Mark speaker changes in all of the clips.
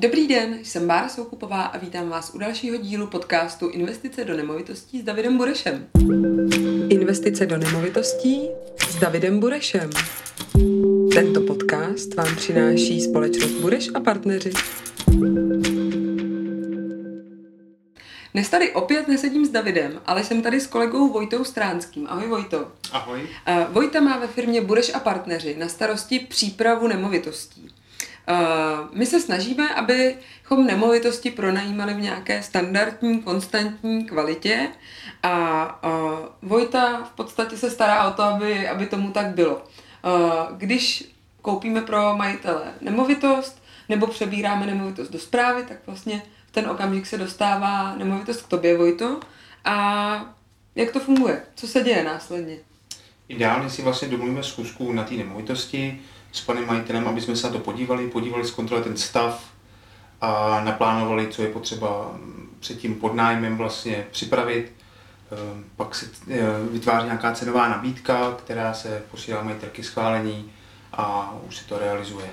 Speaker 1: Dobrý den, jsem Bára Soukupová a vítám vás u dalšího dílu podcastu Investice do nemovitostí s Davidem Burešem. Investice do nemovitostí s Davidem Burešem. Tento podcast vám přináší společnost Bureš a partneři. Dnes tady opět nesedím s Davidem, ale jsem tady s kolegou Vojtou Stránským. Ahoj Vojto.
Speaker 2: Ahoj.
Speaker 1: Vojta má ve firmě Bureš a partneři na starosti přípravu nemovitostí. My se snažíme, abychom nemovitosti pronajímali v nějaké standardní, konstantní kvalitě a Vojta v podstatě se stará o to, aby tomu tak bylo. Když koupíme pro majitele nemovitost nebo přebíráme nemovitost do správy, tak vlastně v ten okamžik se dostává nemovitost k tobě, Vojto. A jak to funguje? Co se děje následně?
Speaker 2: Ideálně si vlastně domluvíme schůzku na té nemovitosti s panem majitelem, aby jsme se na to podívali, zkontrolovali ten stav a naplánovali, co je potřeba před tím podnájmem vlastně připravit. Pak se vytváří nějaká cenová nabídka, která se posílá majitelky ke schválení a už se to realizuje.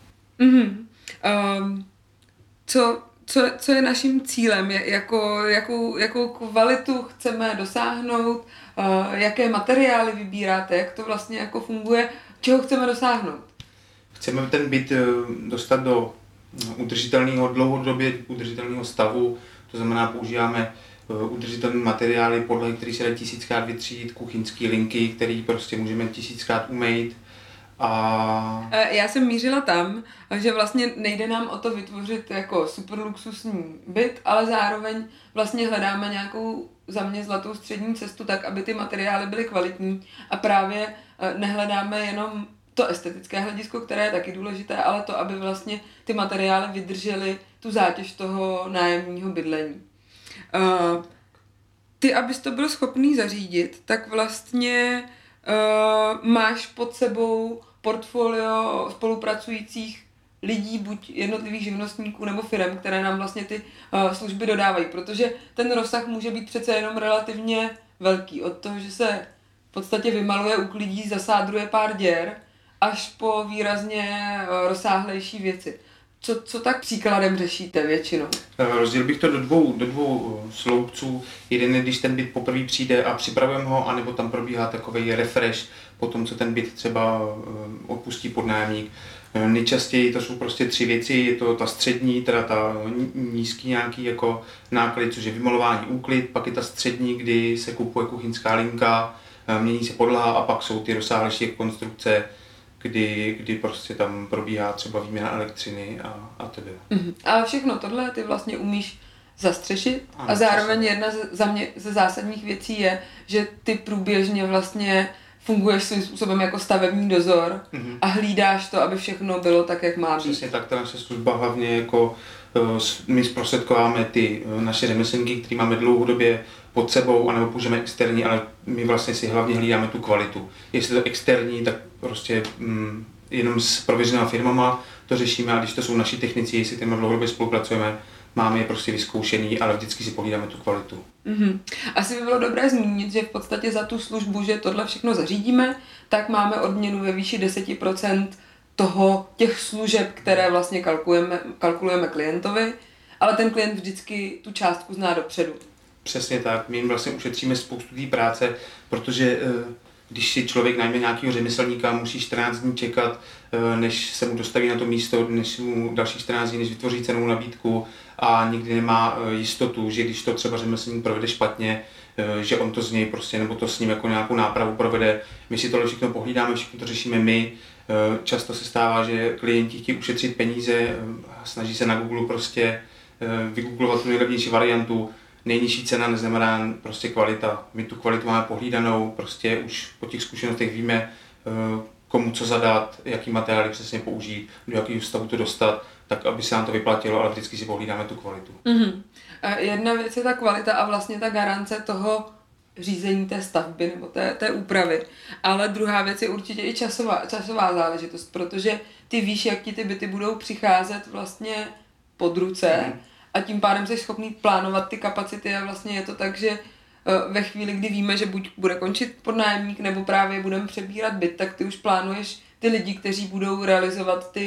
Speaker 1: Co je naším cílem? Jakou kvalitu chceme dosáhnout? Jaké materiály vybíráte? Jak to vlastně jako funguje? Čeho chceme dosáhnout?
Speaker 2: Chceme ten byt dostat do dlouhodobě udržitelného stavu, to znamená používáme udržitelné materiály, podlahy, které se dají 1000krát vytřít, kuchyňské linky, které prostě můžeme 1000krát umýt.
Speaker 1: Já jsem mířila tam, že vlastně nejde nám o to vytvořit jako super luxusní byt, ale zároveň vlastně hledáme nějakou za mě zlatou střední cestu tak, aby ty materiály byly kvalitní a právě nehledáme jenom to estetické hledisko, které je taky důležité, ale to, aby vlastně ty materiály vydržely tu zátěž toho nájemního bydlení. Ty, abys to byl schopný zařídit, tak vlastně máš pod sebou portfolio spolupracujících lidí, buď jednotlivých živnostníků nebo firem, které nám vlastně ty služby dodávají, protože ten rozsah může být přece jenom relativně velký. Od toho, že se v podstatě vymaluje, uklidí, zasádruje pár děr, až po výrazně rozsáhlejší věci. Co tak příkladem řešíte většinou?
Speaker 2: Rozdělil bych to do dvou sloupců. Jeden je, když ten byt poprvé přijde a připravujeme ho, anebo tam probíhá takovej refresh po tom, co ten byt třeba opustí podnájemník. Nejčastěji to jsou prostě 3 věci, je to ta střední, teda ta nízký nějaký jako náklady, což je vymalování, úklid, pak je ta střední, kdy se kupuje kuchyňská linka, mění se podlaha a pak jsou ty rozsáhlejší konstrukce, kdy prostě tam probíhá třeba výměna elektřiny a tedy.
Speaker 1: A všechno tohle ty vlastně umíš zastřešit a zároveň jedna za mě ze zásadních věcí je, že ty průběžně vlastně funguješ svým způsobem jako stavební dozor a hlídáš to, aby všechno bylo tak, jak má být.
Speaker 2: Přesně tak, ta naše služba hlavně jako my zprostředkováme ty naše řemeslníky, které máme dlouhodobě pod sebou, anebo použijeme externí, ale my vlastně si hlavně hlídáme tu kvalitu. Jestli to externí, tak prostě jenom s prověřenými firmama to řešíme, a když to jsou naši technici, jestli těmi dlouhodobě spolupracujeme, máme je prostě vyzkoušený, ale vždycky si pohlídáme tu kvalitu.
Speaker 1: Asi by bylo dobré zmínit, že v podstatě za tu službu, že tohle všechno zařídíme, tak máme odměnu ve výši 10% těch služeb, které vlastně kalkulujeme klientovi, ale ten klient vždycky tu částku zná dopředu.
Speaker 2: Přesně tak, my jim vlastně ušetříme spoustu té práce, protože když si člověk najme nějakého řemeslníka, musí 14 dní čekat, než se mu dostaví na to místo, než mu dalších 14 dní, než vytvoří cenovou nabídku a nikdy nemá jistotu, že když to třeba řemeslník provede špatně, že on to z něj prostě, nebo to s ním jako nějakou nápravu provede. My si tohle všechno pohlídáme, všechno to řešíme my. Často se stává, že klienti chtějí ušetřit peníze, snaží se na Google prostě vygooglovat tu nejlevnější variantu. Nejnižší cena neznamená prostě kvalita. My tu kvalitu máme pohlídanou, prostě už po těch zkušenostech víme, komu co zadat, jaký materiály přesně použít, do jakého stavu to dostat, tak aby se nám to vyplatilo, ale vždycky si pohlídáme tu kvalitu.
Speaker 1: Jedna věc je ta kvalita a vlastně ta garance toho řízení té stavby nebo té úpravy. Ale druhá věc je určitě i časová záležitost, protože ty víš, jak ti ty byty budou přicházet vlastně pod ruce a tím pádem jsi schopný plánovat ty kapacity a vlastně je to tak, že ve chvíli, kdy víme, že buď bude končit podnájemník nebo právě budeme přebírat byt, tak ty už plánuješ ty lidi, kteří budou realizovat ty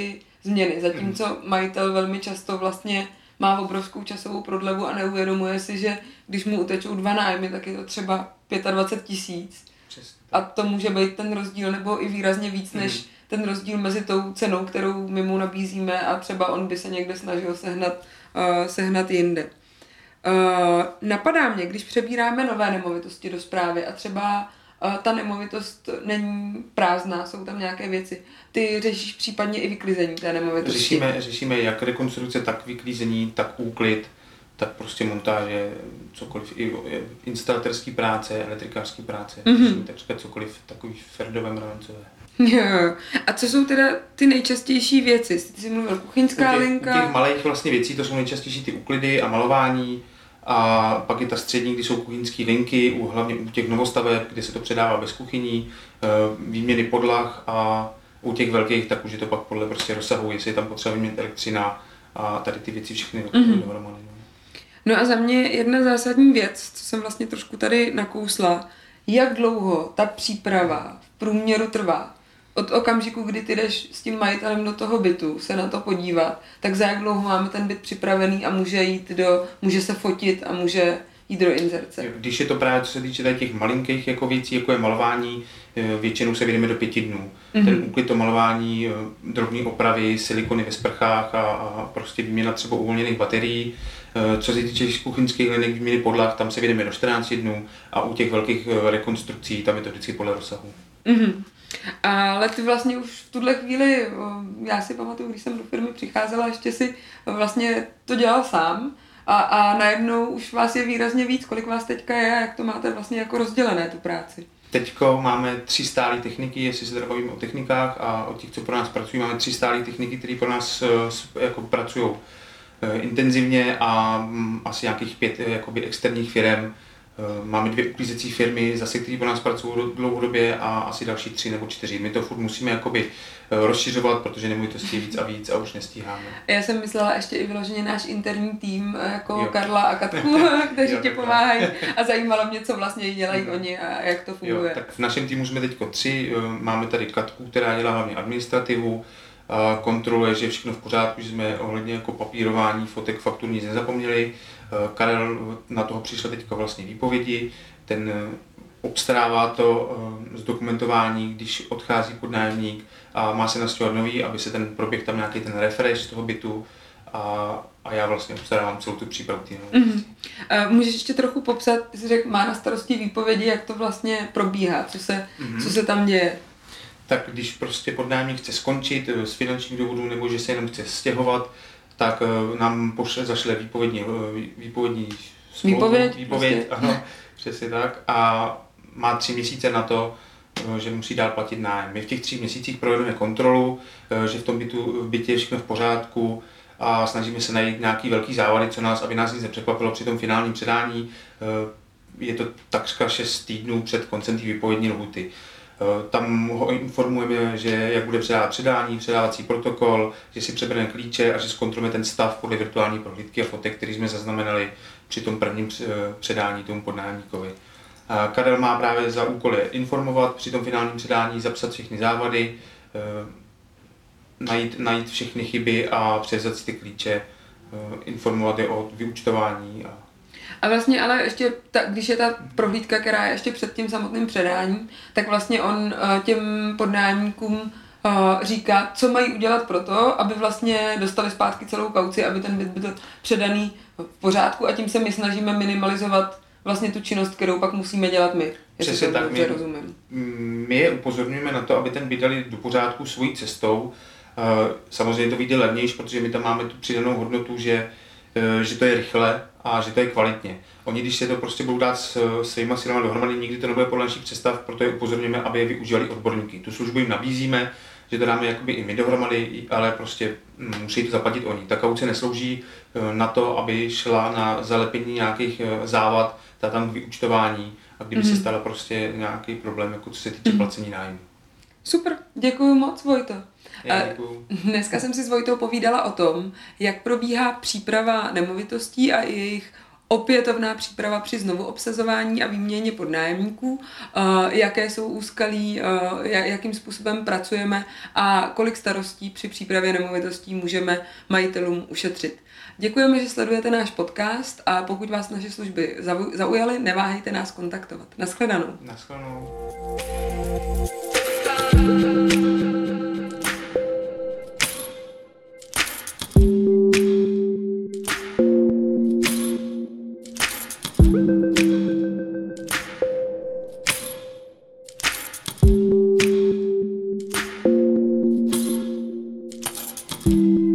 Speaker 1: změny. Zatímco majitel velmi často vlastně má obrovskou časovou prodlevu a neuvědomuje si, že když mu utečou 2 nájmy, tak je to třeba 25 000. A to může být ten rozdíl, nebo i výrazně víc, než ten rozdíl mezi tou cenou, kterou my mu nabízíme a třeba on by se někde snažil sehnat jinde. Napadá mě, když přebíráme nové nemovitosti do správy a třeba ta nemovitost není prázdná, jsou tam nějaké věci. Ty řešíš případně i vyklizení té nemovitosti?
Speaker 2: Řešíme jak rekonstrukce, tak vyklízení, tak úklid, tak prostě montáže, cokoliv, i instalatérský práce, elektrikářský práce, tak říkat cokoliv takový ferdové, mravencové.
Speaker 1: Jo. A co jsou teda ty nejčastější věci? Ty jsi mluvil kuchyňská linka?
Speaker 2: U těch malých vlastně věcí, to jsou nejčastější ty úklidy a malování. A pak je ta střední, kdy jsou kuchyňské linky, hlavně u těch novostaveb, kde se to předává bez kuchyní, výměny podlah, a u těch velkých, tak už je to pak podle prostě rozsahu, jestli je tam potřeba vyměnit elektřina a tady ty věci všechny dohromady.
Speaker 1: No a za mě jedna zásadní věc, co jsem vlastně trošku tady nakousla, jak dlouho ta příprava v průměru trvá. Od okamžiku, kdy ty jdeš s tím majitelem do toho bytu se na to podívat, tak za jak dlouho máme ten byt připravený a může se fotit a může jít do inzerce.
Speaker 2: Když je to právě, co se týče těch malinkých jako věcí, jako je malování, většinou se vyjdeme do 5 dnů. Ten úklid, to malování, drobné opravy, silikony ve sprchách a prostě výměna třeba uvolněných baterií. Co se týče kuchyňských linek, výměny podlah, tam se vyjdeme do 14 dnů a u těch velkých rekonstrukcí, tam je to vždycky podle rozsahu.
Speaker 1: Ale ty vlastně už v tuhle chvíli, já si pamatuju, když jsem do firmy přicházela, ještě si vlastně to dělal sám a najednou už vás je výrazně víc. Kolik vás teďka je a jak to máte vlastně jako rozdělené tu práci?
Speaker 2: Teďko máme 3 stálé techniky, jestli se teda bavíme o technikách a o těch, co pro nás pracují, máme 3 stálé techniky, které pro nás jako pracují intenzivně a asi nějakých 5 jakoby externích firem. Máme 2 uklízecí firmy, zase, které pro nás pracují dlouhodobě a asi další 3 nebo 4. My to furt musíme jakoby rozšiřovat, protože nemovitostí víc a víc a už nestíháme.
Speaker 1: Já jsem myslela ještě i vyloženě náš interní tým, jako Karla a Katku, kteří tě pomáhají a zajímalo mě, co vlastně dělají oni a jak to funguje.
Speaker 2: Tak v našem týmu jsme teďko 3, máme tady Katku, která dělá hlavně administrativu, kontroluje, že všechno v pořádku, že jsme ohledně jako papírování, fotek, faktur nic nezapomněli. Karel na toho přišel teďka vlastně výpovědi, ten obstarává to zdokumentování, když odchází podnájemník a má se nastěhovat nový, aby se ten proběh tam nějaký ten refresh toho bytu a já vlastně obstarávám celou tu přípravu.
Speaker 1: Můžeš ještě trochu popsat, jsi řekl, má na starosti výpovědi, jak to vlastně probíhá, co se tam děje?
Speaker 2: Tak když prostě podnájemník chce skončit z finančních důvodů nebo že se jenom chce stěhovat, tak nám zašle výpovědní
Speaker 1: výpověď,
Speaker 2: prostě. Ano, přesně tak. A má 3 měsíce na to, že musí dál platit nájem. My v těch 3 měsících provedeme kontrolu, že v tom bytě je všechno v pořádku a snažíme se najít nějaký velký závady, aby nás nic nepřekvapilo při tom finálním předání. Je to takřka 6 týdnů před koncem té výpovědní lhůty. Tam ho informujeme, že jak bude předání, předávací protokol, že si přebereme klíče a že zkontrolujeme ten stav podle virtuální prohlídky a fotek, který jsme zaznamenali při tom prvním předání tomu podnájemníkovi. Karel má právě za úkol informovat při tom finálním předání, zapsat všechny závady, najít všechny chyby a převzat si ty klíče, informovat je o vyúčtování.
Speaker 1: A vlastně ale ještě, když je ta prohlídka, která je ještě před tím samotným předáním, tak vlastně on těm podnájemníkům říká, co mají udělat pro to, aby vlastně dostali zpátky celou kauci, aby ten byt byl předaný v pořádku a tím se my snažíme minimalizovat vlastně tu činnost, kterou pak musíme dělat my.
Speaker 2: Přesně tak, my je upozorňujeme na to, aby ten byt dali do pořádku svojí cestou. Samozřejmě to vyjde levnější, protože my tam máme tu přidanou hodnotu, že to je rychle a že to je kvalitně. Oni, když se to prostě budou dát svýma silama dohromady, nikdy to nebude podle našich představ, proto je upozorňujeme, aby je využívali odborníky. Tu službu jim nabízíme, že to dáme jakoby i my dohromady, ale prostě musí to zaplatit oni. Ta kauce neslouží na to, aby šla na zalepení nějakých závad, tam k vyúčtování a kdyby se stala prostě nějaký problém, jako co se týče placení nájmu.
Speaker 1: Super, děkuji moc, Vojto.
Speaker 2: Děkuju.
Speaker 1: Dneska jsem si s Vojtou povídala o tom, jak probíhá příprava nemovitostí a jejich opětovná příprava při znovu obsazování a výměně podnájemníků, jaké jsou úskalí, jakým způsobem pracujeme a kolik starostí při přípravě nemovitostí můžeme majitelům ušetřit. Děkujeme, že sledujete náš podcast a pokud vás naše služby zaujaly, neváhejte nás kontaktovat. Naschledanou.
Speaker 3: Naschledanou.